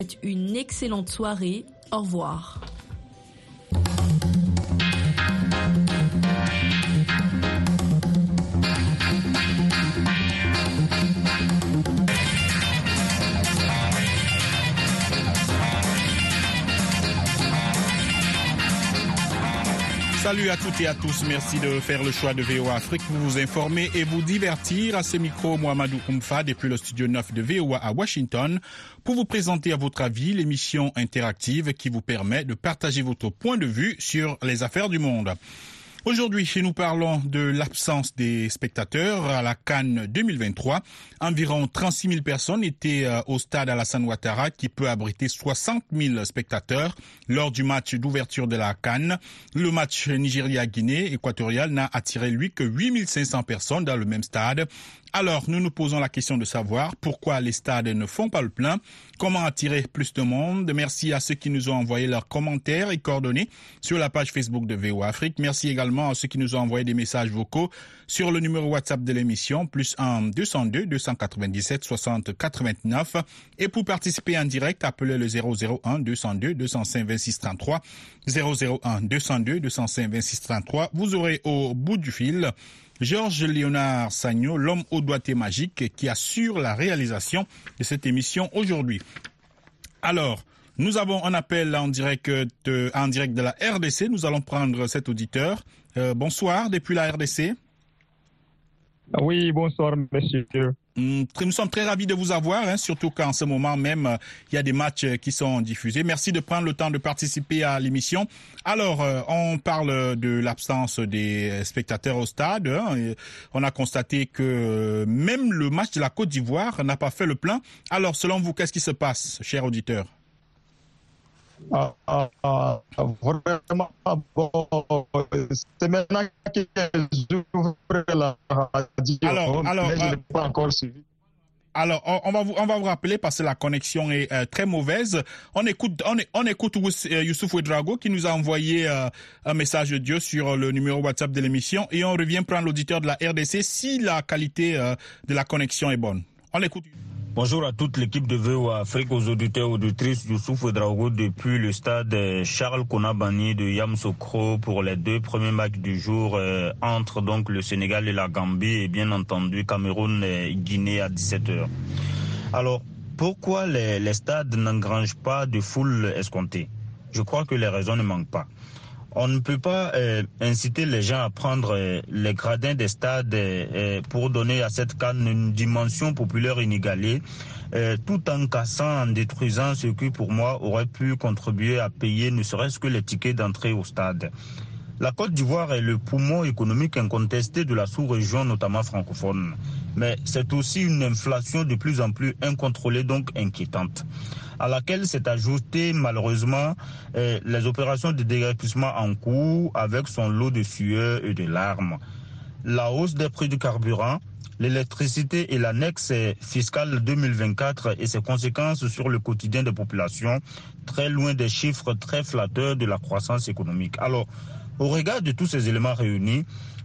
Une excellente soirée. Au revoir. Salut à toutes et à tous, merci de faire le choix de VOA Afrique pour vous informer et vous divertir. À ce micro, Mohamedou Oumfa, depuis le studio 9 de VOA à Washington, pour vous présenter à votre avis l'émission interactive qui vous permet de partager votre point de vue sur les affaires du monde. Aujourd'hui, nous parlons de l'absence des spectateurs à la CAN 2023. Environ 36 000 personnes étaient au stade Alassane Ouattara qui peut abriter 60 000 spectateurs lors du match d'ouverture de la CAN. Le match Nigeria-Guinée équatoriale n'a attiré, lui, que 8 500 personnes dans le même stade. Alors, nous nous posons la question de savoir pourquoi les stades ne font pas le plein, comment attirer plus de monde. Merci à ceux qui nous ont envoyé leurs commentaires et coordonnées sur la page Facebook de VOA Afrique. Merci également à ceux qui nous ont envoyé des messages vocaux sur le numéro WhatsApp de l'émission, +1 202 297 60 89. Et pour participer en direct, appelez le 001 202 205 26 33, 001 202 205 26 33. Vous aurez au bout du fil Georges Léonard Sagno, l'homme au doigté magique qui assure la réalisation de cette émission aujourd'hui. Alors, nous avons un appel en direct de la RDC. Nous allons prendre cet auditeur. Bonsoir, depuis la RDC. Oui, bonsoir, monsieur. Nous sommes très ravis de vous avoir, surtout qu'en ce moment même, il y a des matchs qui sont diffusés. Merci de prendre le temps de participer à l'émission. Alors, on parle de l'absence des spectateurs au stade. On a constaté que même le match de la Côte d'Ivoire n'a pas fait le plein. Alors, selon vous, qu'est-ce qui se passe, cher auditeur? Vraiment, bon, c'est maintenant qu'ils ouvrent la radio, mais je n'ai pas encore suivi. Alors, on va vous rappeler parce que la connexion est très mauvaise. On écoute Youssouf Ouedraogo qui nous a envoyé un message audio sur le numéro WhatsApp de l'émission et on revient prendre l'auditeur de la RDC si la qualité de la connexion est bonne. On l'écoute. Bonjour à toute l'équipe de VOA Afrique, aux auditeurs et auditrices. Youssouf Ouedraogo depuis le stade Charles Konabani de Yamoussoukro pour les deux premiers matchs du jour entre donc le Sénégal et la Gambie et bien entendu Cameroun-Guinée à 17h. Alors, pourquoi les stades n'engrangent pas de foule escomptée? Je crois que les raisons ne manquent pas. On ne peut pas inciter les gens à prendre les gradins des stades pour donner à cette CAN une dimension populaire inégalée, tout en cassant, en détruisant ce qui pour moi aurait pu contribuer à payer ne serait-ce que les tickets d'entrée au stade. La Côte d'Ivoire est le poumon économique incontesté de la sous-région, notamment francophone. Mais c'est aussi une inflation de plus en plus incontrôlée, donc inquiétante, à laquelle s'est ajouté malheureusement les opérations de déguerpissement en cours avec son lot de sueur et de larmes. La hausse des prix du carburant, l'électricité et l'annexe fiscale 2024 et ses conséquences sur le quotidien des populations, très loin des chiffres très flatteurs de la croissance économique. Alors, au regard de tous ces éléments réunis,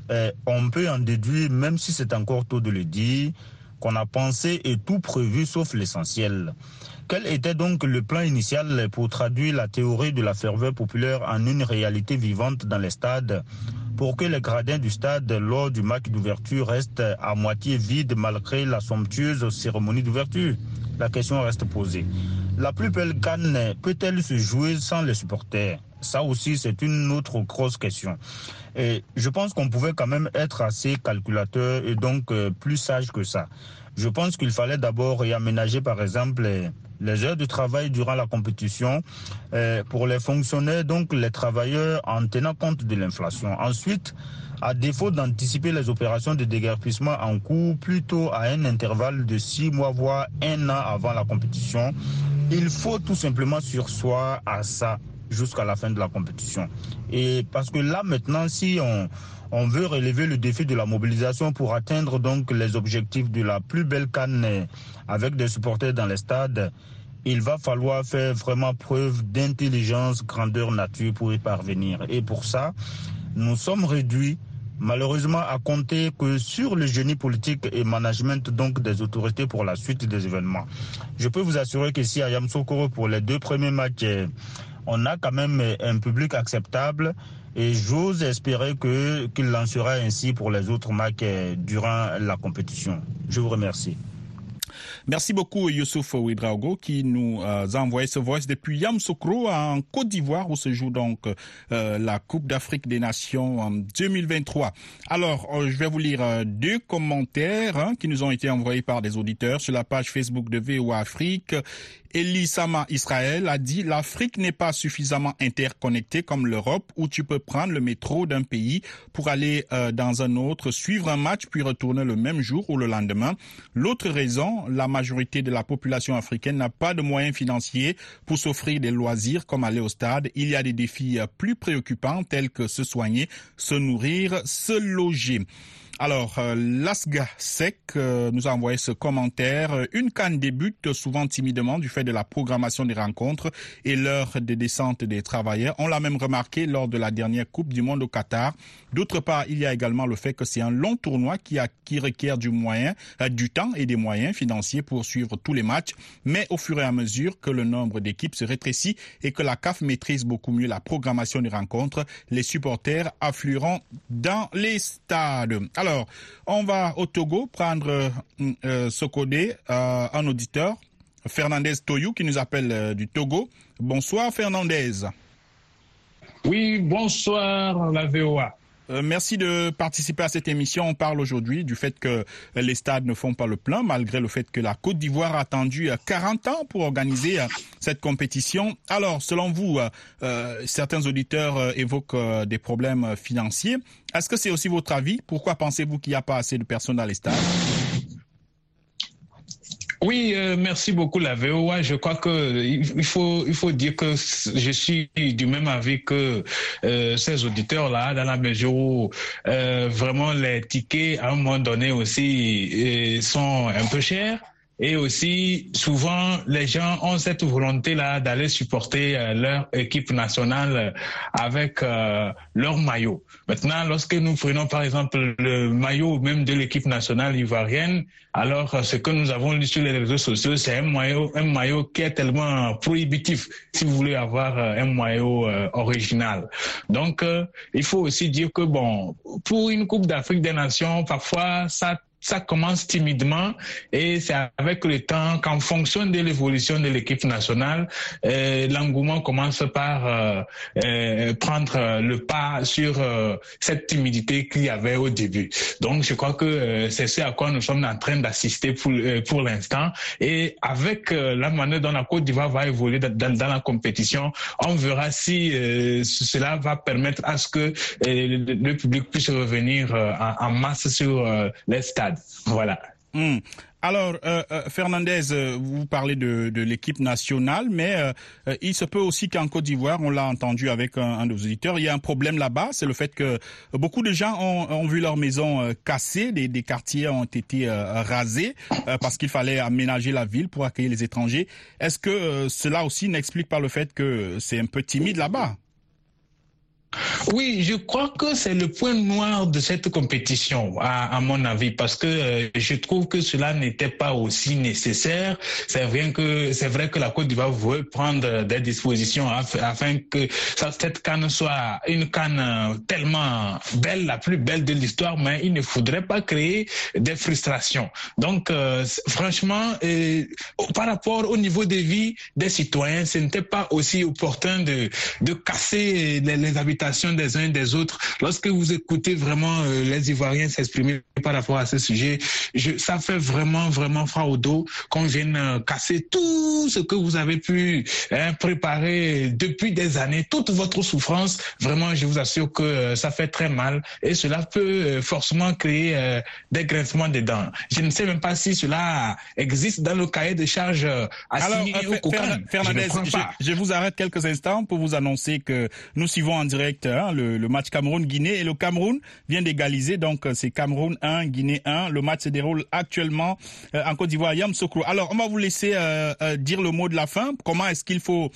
on peut en déduire, même si c'est encore tôt de le dire, qu'on a pensé et tout prévu sauf l'essentiel. Quel était donc le plan initial pour traduire la théorie de la ferveur populaire en une réalité vivante dans les stades, pour que les gradins du stade lors du match d'ouverture restent à moitié vides malgré la somptueuse cérémonie d'ouverture? La question reste posée. La plus belle CAN peut-elle se jouer sans les supporters? Ça aussi, c'est une autre grosse question. Et je pense qu'on pouvait quand même être assez calculateur et donc plus sage que ça. Je pense qu'il fallait d'abord réaménager, par exemple, les heures de travail durant la compétition pour les fonctionnaires, donc les travailleurs, en tenant compte de l'inflation. Ensuite, à défaut d'anticiper les opérations de déguerpissement en cours plutôt à un intervalle de 6 mois, voire 1 an avant la compétition, il faut tout simplement surseoir à ça jusqu'à la fin de la compétition. Et parce que là, maintenant, si on veut relever le défi de la mobilisation pour atteindre donc les objectifs de la plus belle CAN avec des supporters dans les stades, il va falloir faire vraiment preuve d'intelligence, grandeur nature pour y parvenir. Et pour ça, nous sommes réduits malheureusement à compter que sur le génie politique et management donc des autorités pour la suite des événements. Je peux vous assurer qu'ici à Yamoussoukro, pour les 2 premiers matchs, on a quand même un public acceptable et j'ose espérer qu'il en sera ainsi pour les autres matchs durant la compétition. Je vous remercie. Merci beaucoup Youssouf Ouedraogo qui nous a envoyé ce voice depuis Yamoussoukro en Côte d'Ivoire où se joue donc la Coupe d'Afrique des Nations en 2023. Alors, je vais vous lire 2 commentaires qui nous ont été envoyés par des auditeurs sur la page Facebook de VOA Afrique. Elisama Israël a dit « L'Afrique n'est pas suffisamment interconnectée comme l'Europe où tu peux prendre le métro d'un pays pour aller dans un autre, suivre un match puis retourner le même jour ou le lendemain. L'autre raison, la majorité de la population africaine n'a pas de moyens financiers pour s'offrir des loisirs comme aller au stade. Il y a des défis plus préoccupants tels que se soigner, se nourrir, se loger. » Alors, Lasga Sek nous a envoyé ce commentaire. Une CAN débute souvent timidement du fait de la programmation des rencontres et l'heure de descente des travailleurs. On l'a même remarqué lors de la dernière Coupe du Monde au Qatar. D'autre part, il y a également le fait que c'est un long tournoi qui requiert du temps et des moyens financiers pour suivre tous les matchs. Mais au fur et à mesure que le nombre d'équipes se rétrécit et que la CAF maîtrise beaucoup mieux la programmation des rencontres, les supporters afflueront dans les stades. Alors, on va au Togo prendre Sokodé, un auditeur, Fernandez Toyou, qui nous appelle du Togo. Bonsoir Fernandez. Oui, bonsoir la VOA. Merci de participer à cette émission. On parle aujourd'hui du fait que les stades ne font pas le plein, malgré le fait que la Côte d'Ivoire a attendu 40 ans pour organiser cette compétition. Alors, selon vous, certains auditeurs évoquent des problèmes financiers. Est-ce que c'est aussi votre avis? Pourquoi pensez-vous qu'il n'y a pas assez de personnes dans les stades? Oui, merci beaucoup la VOA. Je crois que il faut dire que je suis du même avis que ces auditeurs-là, dans la mesure où vraiment les tickets à un moment donné aussi sont un peu chers. Et aussi, souvent, les gens ont cette volonté-là d'aller supporter leur équipe nationale avec leur maillot. Maintenant, lorsque nous prenons par exemple le maillot même de l'équipe nationale ivoirienne, alors ce que nous avons lu sur les réseaux sociaux, c'est un maillot qui est tellement prohibitif si vous voulez avoir un maillot original. Donc, il faut aussi dire que bon, pour une Coupe d'Afrique des Nations, parfois ça commence timidement et c'est avec le temps qu'en fonction de l'évolution de l'équipe nationale, l'engouement commence par prendre le pas sur cette timidité qu'il y avait au début. Donc je crois que c'est ce à quoi nous sommes en train d'assister pour l'instant et avec la manière dont la Côte d'Ivoire va évoluer dans la compétition, on verra si cela va permettre à ce que le public puisse revenir en masse sur les stades. Voilà. Alors, Fernandez, vous parlez de l'équipe nationale, mais il se peut aussi qu'en Côte d'Ivoire, on l'a entendu avec un de vos auditeurs, il y a un problème là-bas, c'est le fait que beaucoup de gens ont vu leur maison cassée, des quartiers ont été rasés parce qu'il fallait aménager la ville pour accueillir les étrangers. Est-ce que cela aussi n'explique pas le fait que c'est un peu timide là-bas? Oui, je crois que c'est le point noir de cette compétition, à mon avis, parce que je trouve que cela n'était pas aussi nécessaire. C'est vrai que la Côte d'Ivoire veut prendre des dispositions afin que cette CAN soit une CAN tellement belle, la plus belle de l'histoire, mais il ne faudrait pas créer des frustrations. Donc, franchement, par rapport au niveau de vie des citoyens, ce n'était pas aussi opportun de casser les habitations des uns et des autres. Lorsque vous écoutez vraiment les Ivoiriens s'exprimer par rapport à ce sujet, ça fait vraiment froid au dos qu'on vienne casser tout ce que vous avez pu préparer depuis des années, toute votre souffrance. Vraiment, je vous assure que ça fait très mal et cela peut forcément créer des grincements de dents. Je ne sais même pas si cela existe dans le cahier de charges assigné au CAN. Fernandez, je vous arrête quelques instants pour vous annoncer que nous suivons en direct le match Cameroun-Guinée et le Cameroun vient d'égaliser, donc c'est Cameroun 1, Guinée 1. Le match se déroule actuellement en Côte d'Ivoire à Yamoussoukro. Alors, on va vous laisser dire le mot de la fin. Comment est-ce qu'il faut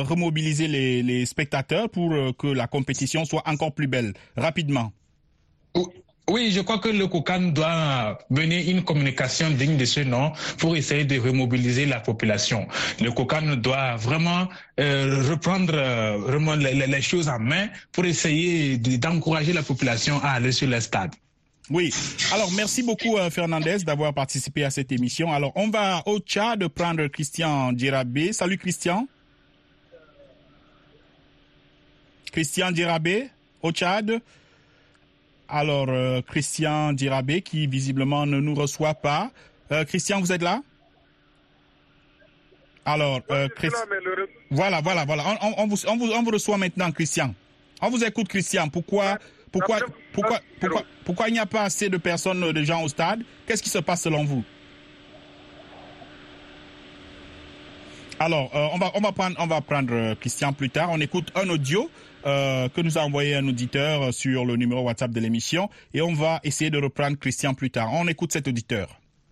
remobiliser les spectateurs pour que la compétition soit encore plus belle? Rapidement. Oui, je crois que le COCAN doit mener une communication digne de ce nom pour essayer de remobiliser la population. Le COCAN doit vraiment reprendre vraiment les choses en main pour essayer d'encourager la population à aller sur les stades. Oui. Alors, merci beaucoup, Fernandez, d'avoir participé à cette émission. Alors, on va au Tchad prendre Christian Djerabé. Salut, Christian. Christian Djerabé, au Tchad. Alors, Christian Djerabé, qui visiblement ne nous reçoit pas. Christian, vous êtes là? Alors, voilà. On vous reçoit maintenant, Christian. On vous écoute, Christian. Pourquoi il n'y a pas assez de personnes, de gens au stade? Qu'est-ce qui se passe selon vous? Alors, on va prendre Christian plus tard. On écoute un audio que nous a envoyé un auditeur sur le numéro WhatsApp de l'émission et on va essayer de reprendre Christian plus tard. On écoute cet auditeur.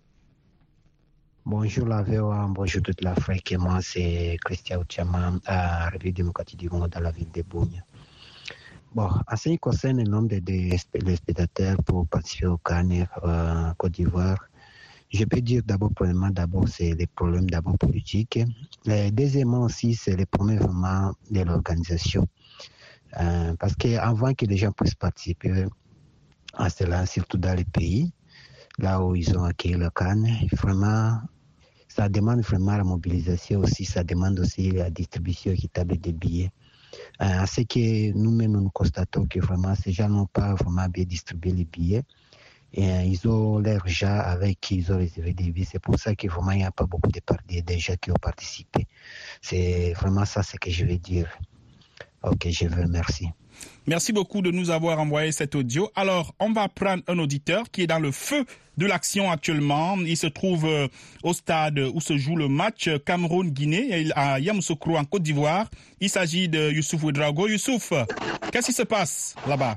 Bonjour la VOA, bonjour toute l'Afrique. Et moi, c'est Christian Ouchama, à République démocratique du Congo dans la ville de Bougne. Bon, en ce qui concerne le nombre de spectateurs pour participer au CAN Côte d'Ivoire, je peux dire premièrement, c'est les problèmes politiques. Deuxièmement aussi, c'est les problèmes vraiment de l'organisation. Parce qu'avant que les gens puissent participer à cela, surtout dans les pays, là où ils ont accueilli le CAN, vraiment, ça demande vraiment la mobilisation aussi, ça demande aussi la distribution équitable des billets. Ce que nous-mêmes nous constatons que vraiment ces gens n'ont pas vraiment bien distribué les billets. Et ils ont l'air gens avec qui ils ont réservé des billets. C'est pour ça que vraiment il n'y a pas beaucoup de gens qui ont participé. C'est vraiment ça ce que je veux dire. Ok, je vous remercie. Merci beaucoup de nous avoir envoyé cet audio. Alors, on va prendre un auditeur qui est dans le feu de l'action actuellement. Il se trouve au stade où se joue le match Cameroun-Guinée à Yamoussoukro en Côte d'Ivoire. Il s'agit de Youssouf Ouedraogo. Youssouf, qu'est-ce qui se passe là-bas?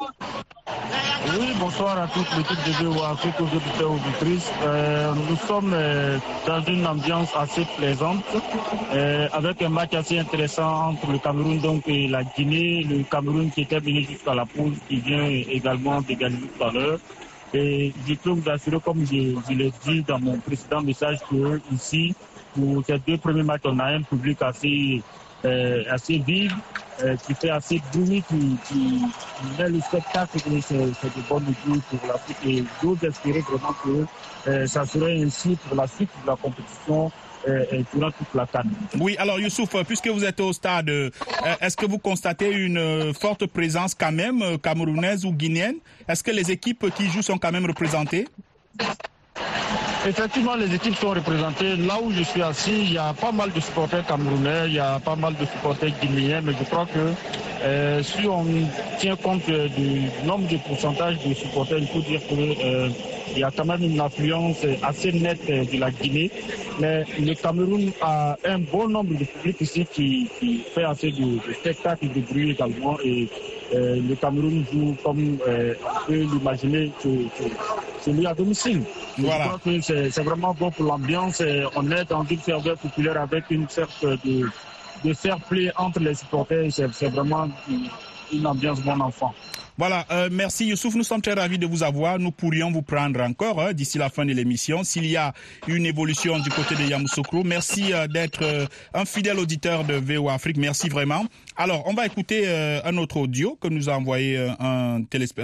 Oui, bonsoir à toute l'équipe de VOA Afrique, aux auditeurs, auditrices. Nous sommes dans une ambiance assez plaisante, avec un match assez intéressant entre le Cameroun et la Guinée. Le Cameroun qui était venu jusqu'à la pause, qui vient également d'égaliser tout à l'heure. Et je peux vous assurer, comme je l'ai dit dans mon précédent message, que ici, pour ces deux premiers matchs, on a un public assez vif, qui fait assez bruit, qui met le spectacle, et c'est de bonne mesure pour l'Afrique. Et j'ose espérer vraiment que ça serait ainsi pour la suite de la compétition durant toute la CAN. Oui, alors Youssouf, puisque vous êtes au stade, est-ce que vous constatez une forte présence quand même camerounaise ou guinéenne? Est-ce que les équipes qui jouent sont quand même représentées? Effectivement, les équipes sont représentées. Là où je suis assis, il y a pas mal de supporters camerounais, il y a pas mal de supporters guinéens, mais je crois que si on tient compte du nombre de pourcentage de supporters, il faut dire qu'il y a quand même une influence assez nette de la Guinée. Mais le Cameroun a un bon nombre de publics ici qui fait assez de spectacles et de bruit également. Et le Cameroun joue, comme on peut l'imaginer, celui à domicile. Voilà. Je crois que c'est vraiment bon pour l'ambiance. On est dans une ferveur populaire avec une sorte de fair play entre les supporters. C'est vraiment une ambiance bon enfant. Voilà, merci Youssouf, nous sommes très ravis de vous avoir. Nous pourrions vous prendre encore d'ici la fin de l'émission s'il y a une évolution du côté de Yamoussoukro. Merci d'être un fidèle auditeur de VOA Afrique, merci vraiment. Alors, on va écouter un autre audio que nous a envoyé un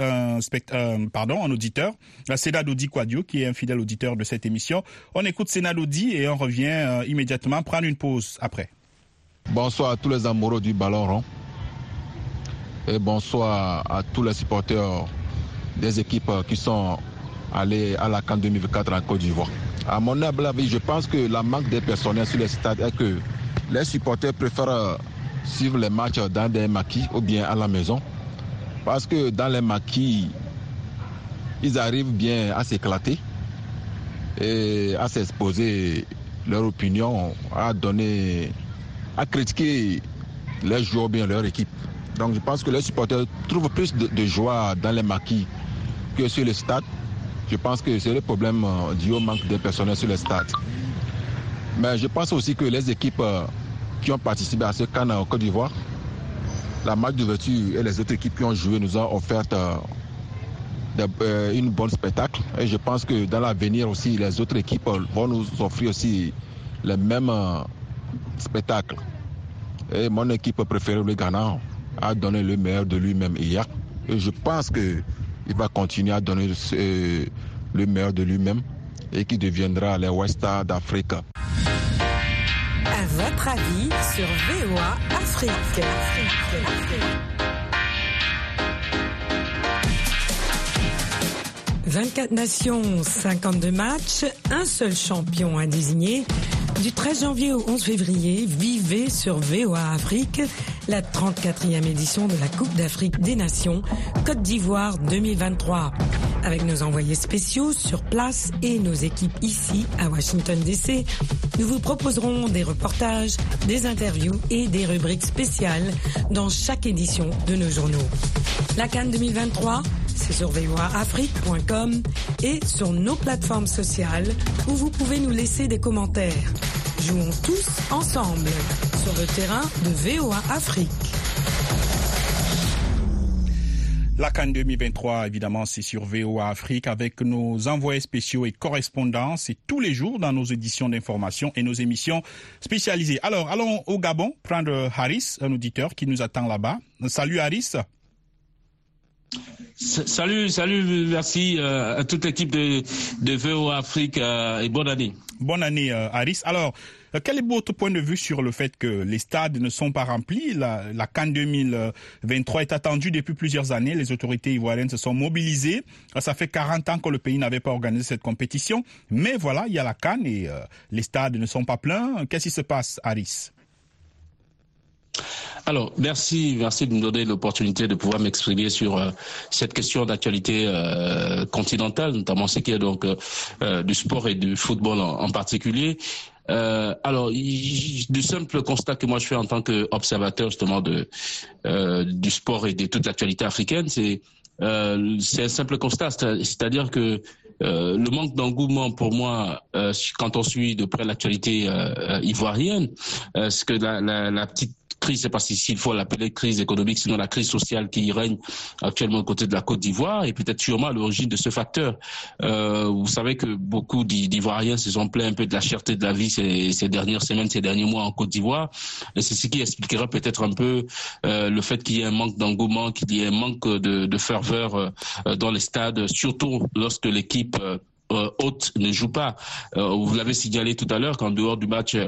auditeur, Sénadodi Kouadio, qui est un fidèle auditeur de cette émission. On écoute Sénadodi et on revient immédiatement prendre une pause après. Bonsoir à tous les amoureux du ballon rond. Et bonsoir à tous les supporters des équipes qui sont allés à la CAN 2024 en Côte d'Ivoire. À mon humble avis, je pense que la manque de personnel sur les stades est que les supporters préfèrent suivre les matchs dans des maquis ou bien à la maison. Parce que dans les maquis, ils arrivent bien à s'éclater et à s'exposer leur opinion, à critiquer les joueurs ou bien leur équipe. Donc je pense que les supporters trouvent plus de joie dans les maquis que sur le stade. Je pense que c'est le problème dû au manque de personnel sur le stade. Mais je pense aussi que les équipes qui ont participé à ce CAN en Côte d'Ivoire, la match d'ouverture et les autres équipes qui ont joué nous ont offert une bonne spectacle. Et je pense que dans l'avenir aussi, les autres équipes vont nous offrir aussi le même spectacle. Et mon équipe préférée, le Ghana, a donné le meilleur de lui-même hier. Et je pense qu'il va continuer à donner le meilleur de lui-même et qui deviendra les West Stars d'Afrique. À votre avis sur VOA Afrique. 24 nations, 52 matchs, un seul champion à désigner. Du 13 janvier au 11 février, vivez sur VOA Afrique la 34e édition de la Coupe d'Afrique des Nations Côte d'Ivoire 2023. Avec nos envoyés spéciaux sur place et nos équipes ici à Washington DC, nous vous proposerons des reportages, des interviews et des rubriques spéciales dans chaque édition de nos journaux. La CAN 2023, c'est sur voaafrique.com et sur nos plateformes sociales où vous pouvez nous laisser des commentaires. Jouons tous ensemble sur le terrain de VOA Afrique. La CAN 2023, évidemment, c'est sur VOA Afrique avec nos envoyés spéciaux et correspondants. C'est tous les jours dans nos éditions d'information et nos émissions spécialisées. Alors, allons au Gabon prendre Haris, un auditeur qui nous attend là-bas. Salut Haris. Salut, merci à toute l'équipe de VOA Afrique et bonne année. Bonne année, Haris. Alors, quel est votre point de vue sur le fait que les stades ne sont pas remplis? La CAN 2023 est attendue depuis plusieurs années. Les autorités ivoiriennes se sont mobilisées. Ça fait 40 ans que le pays n'avait pas organisé cette compétition. Mais voilà, il y a la CAN et les stades ne sont pas pleins. Qu'est-ce qui se passe, Haris? Alors, merci de me donner l'opportunité de pouvoir m'exprimer sur cette question d'actualité continentale, notamment ce qui est donc du sport et du football en particulier. Alors, du simple constat que moi je fais en tant qu'observateur justement du sport et de toute l'actualité africaine, c'est un simple constat, c'est-à-dire que le manque d'engouement pour moi quand on suit de près l'actualité ivoirienne, c'est que la petite crise, c'est pas s'il faut l'appeler crise économique, sinon la crise sociale qui règne actuellement aux côtés de la Côte d'Ivoire est peut-être sûrement à l'origine de ce facteur. Vous savez que beaucoup d'Ivoiriens se sont plaints un peu de la cherté de la vie ces dernières semaines, ces derniers mois en Côte d'Ivoire. Et c'est ce qui expliquera peut-être un peu le fait qu'il y ait un manque d'engouement, qu'il y ait un manque de ferveur dans les stades, surtout lorsque l'équipe hôte ne joue pas. Vous l'avez signalé tout à l'heure qu'en dehors du match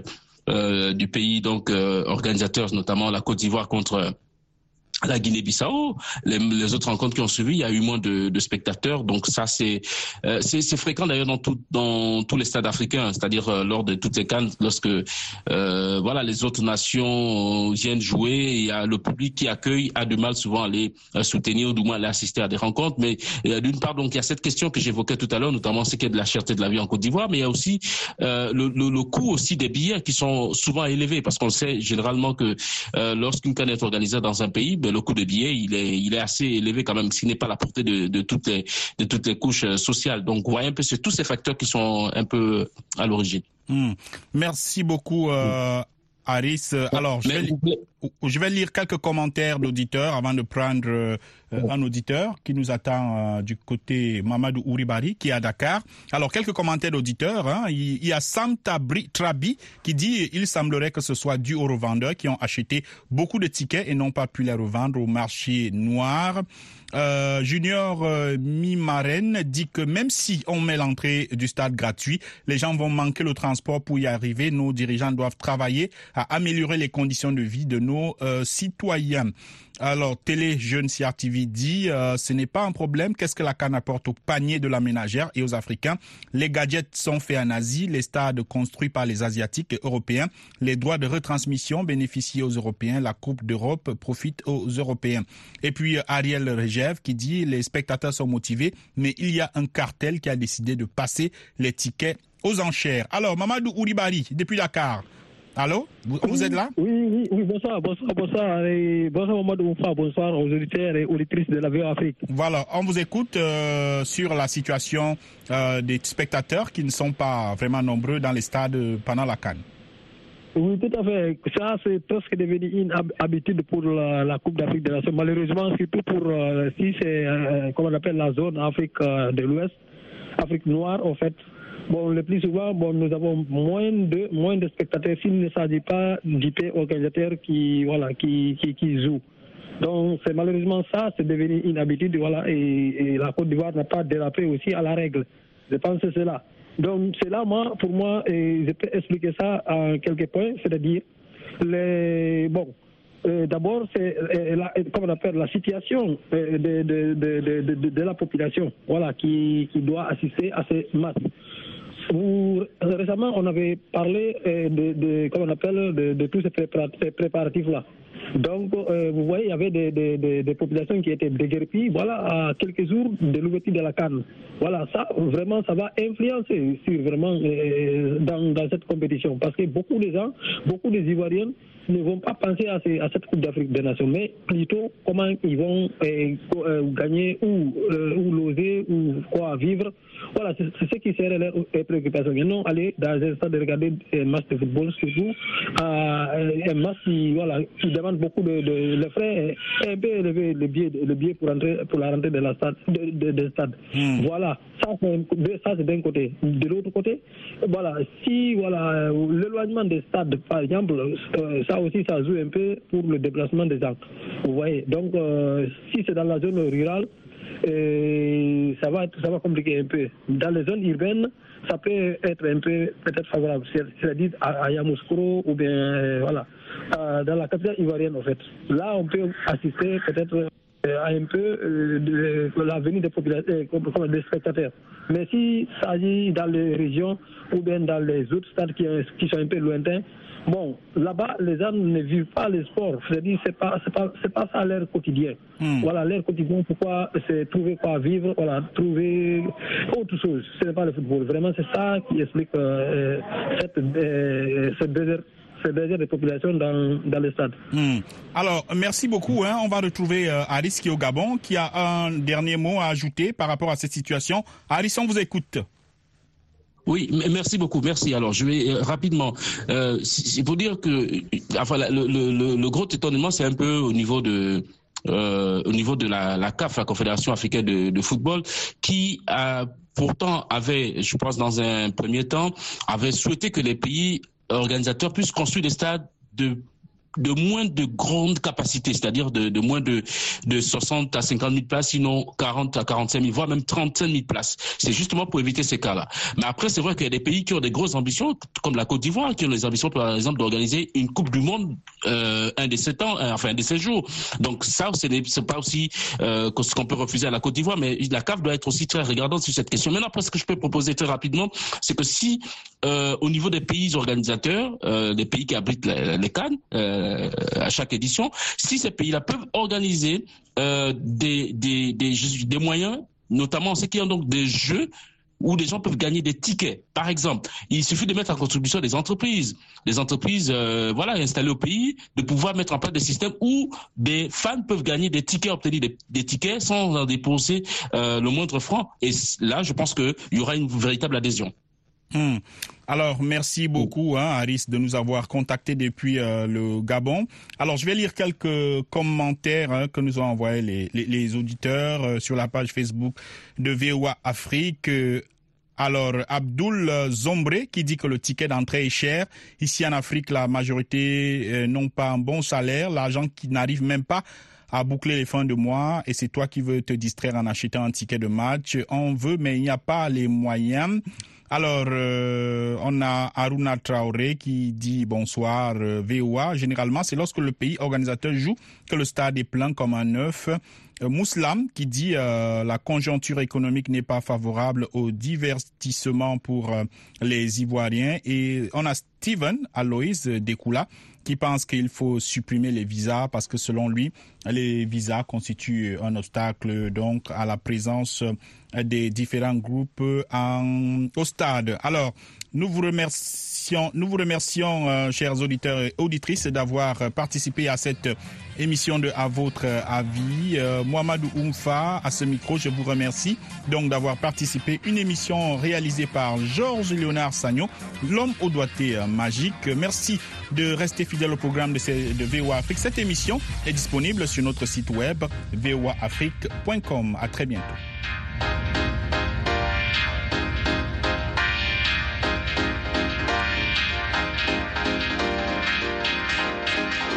du pays donc organisateurs, notamment la Côte d'Ivoire contre la Guinée-Bissau, les autres rencontres qui ont suivi, il y a eu moins de spectateurs. Donc ça, c'est fréquent d'ailleurs dans tous les stades africains, c'est-à-dire lors de toutes les CAN, lorsque voilà les autres nations viennent jouer, il y a le public qui accueille a du mal souvent à aller soutenir ou du moins aller assister à des rencontres. Mais d'une part, donc il y a cette question que j'évoquais tout à l'heure, notamment ce qui est de la cherté de la vie en Côte d'Ivoire, mais il y a aussi le coût aussi des billets qui sont souvent élevés, parce qu'on sait généralement que lorsqu'une CAN est organisée dans un pays, le coût de billet, il est assez élevé quand même, ce qui n'est pas à la portée de toutes les couches sociales. Donc, vous voyez un peu, c'est tous ces facteurs qui sont un peu à l'origine. Merci beaucoup, Haris. Alors, je vais lire quelques commentaires d'auditeurs avant de prendre un auditeur qui nous attend du côté Mamadou Ouribari, qui est à Dakar. Alors, quelques commentaires d'auditeurs. Il y a Sam Trabi qui dit « Il semblerait que ce soit dû aux revendeurs qui ont acheté beaucoup de tickets et n'ont pas pu les revendre au marché noir. » Junior Mimaren dit que même si on met l'entrée du stade gratuit, les gens vont manquer le transport pour y arriver. Nos dirigeants doivent travailler à améliorer les conditions de vie de nos citoyens. Alors, Télé Jeune CRTV dit ce n'est pas un problème. Qu'est-ce que la CAN apporte au panier de la ménagère et aux Africains? Les gadgets sont faits en Asie, les stades construits par les Asiatiques et Européens. Les droits de retransmission bénéficient aux Européens. La Coupe d'Europe profite aux Européens. Et puis Ariel Regev qui dit les spectateurs sont motivés, mais il y a un cartel qui a décidé de passer les tickets aux enchères. Alors, Mamadou Ouribari, depuis Dakar. Allô? Vous êtes là? Oui, bonsoir. Et bonsoir Mamadou Oumfa, bonsoir aux auditeurs et auditrices de la VOA Afrique. Voilà, on vous écoute sur la situation des spectateurs qui ne sont pas vraiment nombreux dans les stades pendant la CAN. Oui, tout à fait. Ça, c'est presque devenu une habitude pour la Coupe d'Afrique des Nations. Malheureusement, surtout pour si c'est, comment on appelle, la zone Afrique de l'Ouest, Afrique noire, en fait. Bon, le plus souvent, nous avons moins de spectateurs s'il ne s'agit pas du pays organisateur qui joue. Donc, c'est malheureusement ça, c'est devenu une habitude, voilà, et la Côte d'Ivoire n'a pas dérapé aussi à la règle. Je pense que c'est là. Donc, c'est là, pour moi, et je peux expliquer ça en quelques points, c'est-à-dire, d'abord, c'est comment on appelle, la situation de la population, voilà, qui doit assister à ces matchs. Récemment, on avait parlé comment on appelle, de tous ces préparatifs-là. Donc, vous voyez, il y avait des populations qui étaient déguerpies, voilà, à quelques jours de l'ouverture de la CAN. Voilà, ça, vraiment, ça va influencer vraiment dans cette compétition. Parce que beaucoup des gens, beaucoup des Ivoiriens ne vont pas penser à cette Coupe d'Afrique des Nations, mais plutôt comment ils vont gagner ou loger ou quoi vivre. Voilà, c'est ce qui serait leur préoccupation. Et non aller dans un stade de regarder un match de football, surtout un match qui demande beaucoup de frais et un peu élevé le billet pour la rentrée de stade. Voilà, ça c'est d'un côté. De l'autre côté, voilà, si l'éloignement des stades, par exemple, ça aussi ça joue un peu pour le déplacement des gens. Vous voyez, donc si c'est dans la zone rurale, ça va compliquer un peu. Dans les zones urbaines, ça peut être un peu peut-être favorable, c'est-à-dire à Yamoussoukro ou bien dans la capitale ivoirienne en fait. Là, on peut assister peut-être à un peu de la venue des populations, des spectateurs. Mais s'il s'agit dans les régions ou bien dans les autres stades qui sont un peu lointains, là-bas, les gens ne vivent pas le sport. C'est-à-dire, c'est pas ça leur quotidien. Voilà, leur quotidien, pourquoi c'est trouver quoi vivre, voilà, trouver autre chose. Ce n'est pas le football. Vraiment, c'est ça qui explique cette désert de population dans les stades. Alors, merci beaucoup. On va retrouver Aris qui est au Gabon, qui a un dernier mot à ajouter par rapport à cette situation. Aris, on vous écoute. Oui, merci beaucoup, merci. Alors, je vais rapidement. C'est pour dire que, le gros étonnement, c'est un peu au niveau de la CAF, la Confédération africaine de football, qui pourtant avait, je pense, dans un premier temps, avait souhaité que les pays organisateurs puissent construire des stades de moins de grande capacité, c'est-à-dire de moins de 60 à 50 000 places, sinon 40 à 45 000, voire même 35 000 places. C'est justement pour éviter ces cas-là. Mais après, c'est vrai qu'il y a des pays qui ont des grosses ambitions, comme la Côte d'Ivoire, qui ont les ambitions, par exemple, d'organiser une Coupe du Monde un de ces jours. Donc ça, c'est pas aussi ce qu'on peut refuser à la Côte d'Ivoire, mais la CAF doit être aussi très regardante sur cette question. Maintenant, après, ce que je peux proposer très rapidement, c'est que si au niveau des pays organisateurs, des pays qui abritent les CAN, à chaque édition, si ces pays-là peuvent organiser des moyens, notamment ceux qui ont donc des jeux où les gens peuvent gagner des tickets. Par exemple, il suffit de mettre en contribution des entreprises installées au pays, de pouvoir mettre en place des systèmes où des fans peuvent gagner des tickets, obtenir des tickets sans en dépenser le moindre franc. Et là, je pense qu'il y aura une véritable adhésion. Alors, merci beaucoup, Aris, de nous avoir contactés depuis le Gabon. Alors, je vais lire quelques commentaires que nous ont envoyés les auditeurs sur la page Facebook de VOA Afrique. Alors, Abdoul Zombré qui dit que le ticket d'entrée est cher. Ici en Afrique, la majorité n'ont pas un bon salaire, l'argent qui n'arrive même pas à boucler les fins de mois, et c'est toi qui veux te distraire en achetant un ticket de match. On veut, mais il n'y a pas les moyens. Alors, on a Aruna Traoré qui dit bonsoir VOA. Généralement, c'est lorsque le pays organisateur joue que le stade est plein comme un œuf. Mouslam qui dit la conjoncture économique n'est pas favorable au divertissement pour les Ivoiriens. Et on a Steven Aloïs Dekoula qui pense qu'il faut supprimer les visas parce que selon lui, les visas constituent un obstacle donc à la présence des différents groupes au stade. Alors, nous vous remercions, chers auditeurs et auditrices, d'avoir participé à cette émission de À votre avis. Mohamedou Oumfa, à ce micro, je vous remercie donc d'avoir participé. Une émission réalisée par Georges Léonard Sagnon, l'homme au doigté magique. Merci de rester fidèle au programme de VOA Afrique. Cette émission est disponible sur notre site web voaafrique.com. À très bientôt.